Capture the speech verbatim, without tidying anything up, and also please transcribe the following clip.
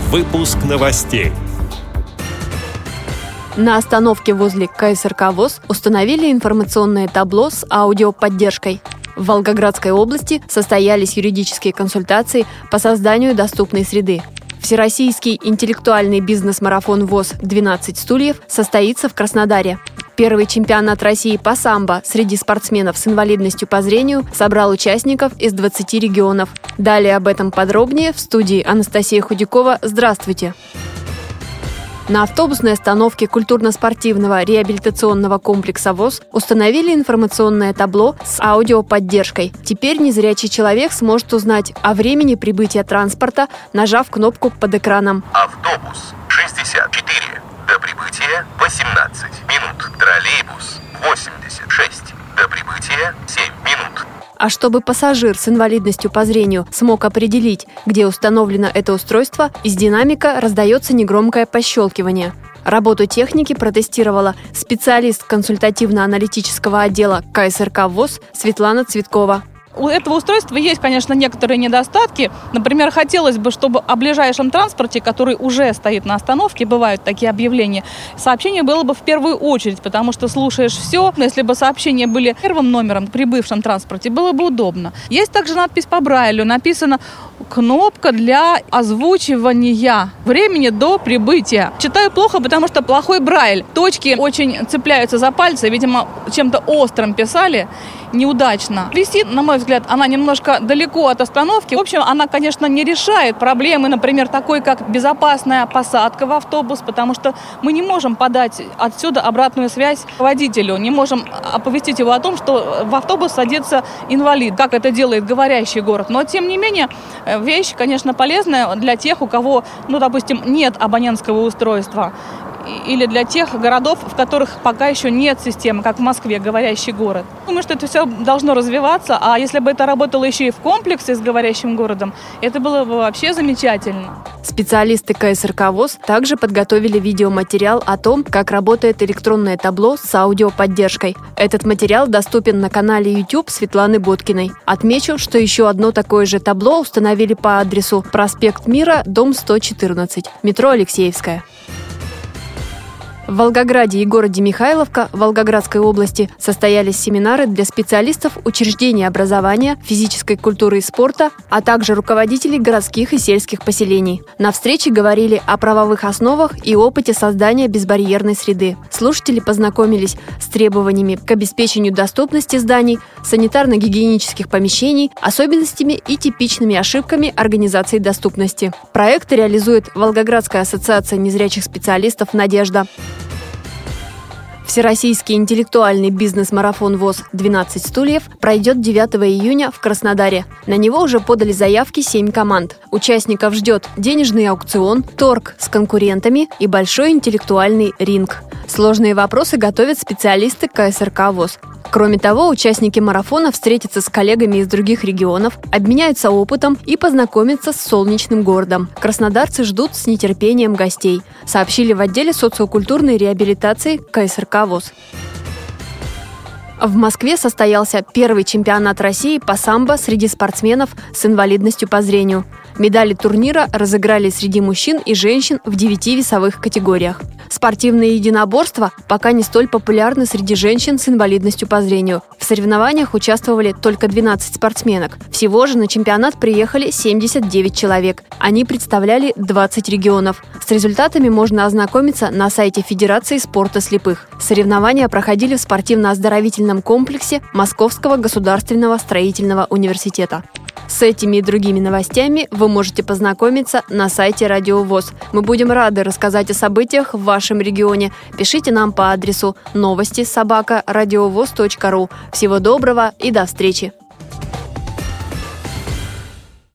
Выпуск новостей. На остановке возле ка эс эр ка ВОС установили информационное табло с аудиоподдержкой. В Волгоградской области состоялись юридические консультации по созданию доступной среды. Всероссийский интеллектуальный бизнес-марафон ВОС «двенадцать стульев» состоится в Краснодаре. Первый чемпионат России по самбо среди спортсменов с инвалидностью по зрению собрал участников из двадцати регионов. Далее об этом подробнее в студии Анастасия Худякова. Здравствуйте! На автобусной остановке культурно-спортивного реабилитационного комплекса ВОС установили информационное табло с аудиоподдержкой. Теперь незрячий человек сможет узнать о времени прибытия транспорта, нажав кнопку под экраном. Автобус шестьдесят четыре, до прибытия восемнадцать минут. Троллейбус восемьдесят шесть, до прибытия семь минут. А чтобы пассажир с инвалидностью по зрению смог определить, где установлено это устройство, из динамика раздается негромкое пощелкивание. Работу техники протестировала специалист консультативно-аналитического отдела ка эс эр ка ВОС Светлана Цветкова. У этого устройства есть, конечно, некоторые недостатки. Например, хотелось бы, чтобы о ближайшем транспорте, который уже стоит на остановке, бывают такие объявления, сообщение было бы в первую очередь, потому что слушаешь все. Если бы сообщения были первым номером в прибывшем транспорте, было бы удобно. Есть также надпись по Брайлю. Написано «Кнопка для озвучивания времени до прибытия». Читаю плохо, потому что плохой Брайль. Точки очень цепляются за пальцы. Видимо, чем-то острым писали. Неудачно. Висит, на мой взгляд, она немножко далеко от остановки. В общем, она, конечно, не решает проблемы, например, такой, как безопасная посадка в автобус, потому что мы не можем подать отсюда обратную связь водителю, не можем оповестить его о том, что в автобус садится инвалид, как это делает говорящий город. Но, тем не менее, вещь, конечно, полезная для тех, у кого, ну, допустим, нет абонентского устройства, или для тех городов, в которых пока еще нет системы, как в Москве, говорящий город. Думаю, что это все должно развиваться, а если бы это работало еще и в комплексе с говорящим городом, это было бы вообще замечательно. Специалисты ка эс эр ка ВОС также подготовили видеоматериал о том, как работает электронное табло с аудиоподдержкой. Этот материал доступен на канале YouTube Светланы Боткиной. Отмечу, что еще одно такое же табло установили по адресу проспект Мира, дом сто четырнадцать, метро Алексеевская. В Волгограде и городе Михайловка Волгоградской области состоялись семинары для специалистов учреждений образования, физической культуры и спорта, а также руководителей городских и сельских поселений. На встрече говорили о правовых основах и опыте создания безбарьерной среды. Слушатели познакомились с требованиями к обеспечению доступности зданий, санитарно-гигиенических помещений, особенностями и типичными ошибками организации доступности. Проект реализует Волгоградская ассоциация незрячих специалистов «Надежда». Всероссийский интеллектуальный бизнес-марафон ВОС «двенадцать стульев» пройдет девятого июня в Краснодаре. На него уже подали заявки семь команд. Участников ждет денежный аукцион, торг с конкурентами и большой интеллектуальный ринг. Сложные вопросы готовят специалисты ка эс эр ка ВОС. Кроме того, участники марафона встретятся с коллегами из других регионов, обменяются опытом и познакомятся с солнечным городом. Краснодарцы ждут с нетерпением гостей, сообщили в отделе социокультурной реабилитации ка эс эр ка ВОС. В Москве состоялся первый чемпионат России по самбо среди спортсменов с инвалидностью по зрению. Медали турнира разыграли среди мужчин и женщин в девяти весовых категориях. Спортивные единоборства пока не столь популярны среди женщин с инвалидностью по зрению. В соревнованиях участвовали только двенадцать спортсменок. Всего же на чемпионат приехали семьдесят девять человек. Они представляли двадцать регионов. С результатами можно ознакомиться на сайте Федерации спорта слепых. Соревнования проходили в спортивно-оздоровительном комплексе Московского государственного строительного университета. С этими и другими новостями вы можете познакомиться на сайте Радио ВОС. Мы будем рады рассказать о событиях в вашем регионе. Пишите нам по адресу новости собака радиовоз точка ру. Всего доброго и до встречи!